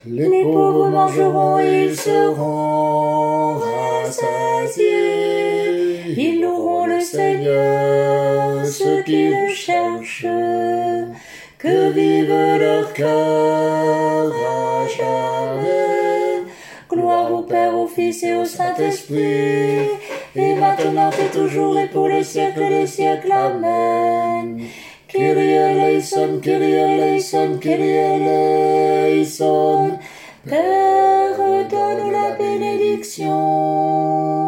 Les pauvres mangeront et ils seront rassasiés. Ils loueront le Seigneur, ceux qui le cherchent. Que vive leur cœur à jamais. Gloire au Père, au Fils et au Saint-Esprit, et maintenant et toujours et pour les siècles des siècles. Amen. Kyrie eleison, Kyrie eleison, Kyrie eleison. Père, donne la bénédiction.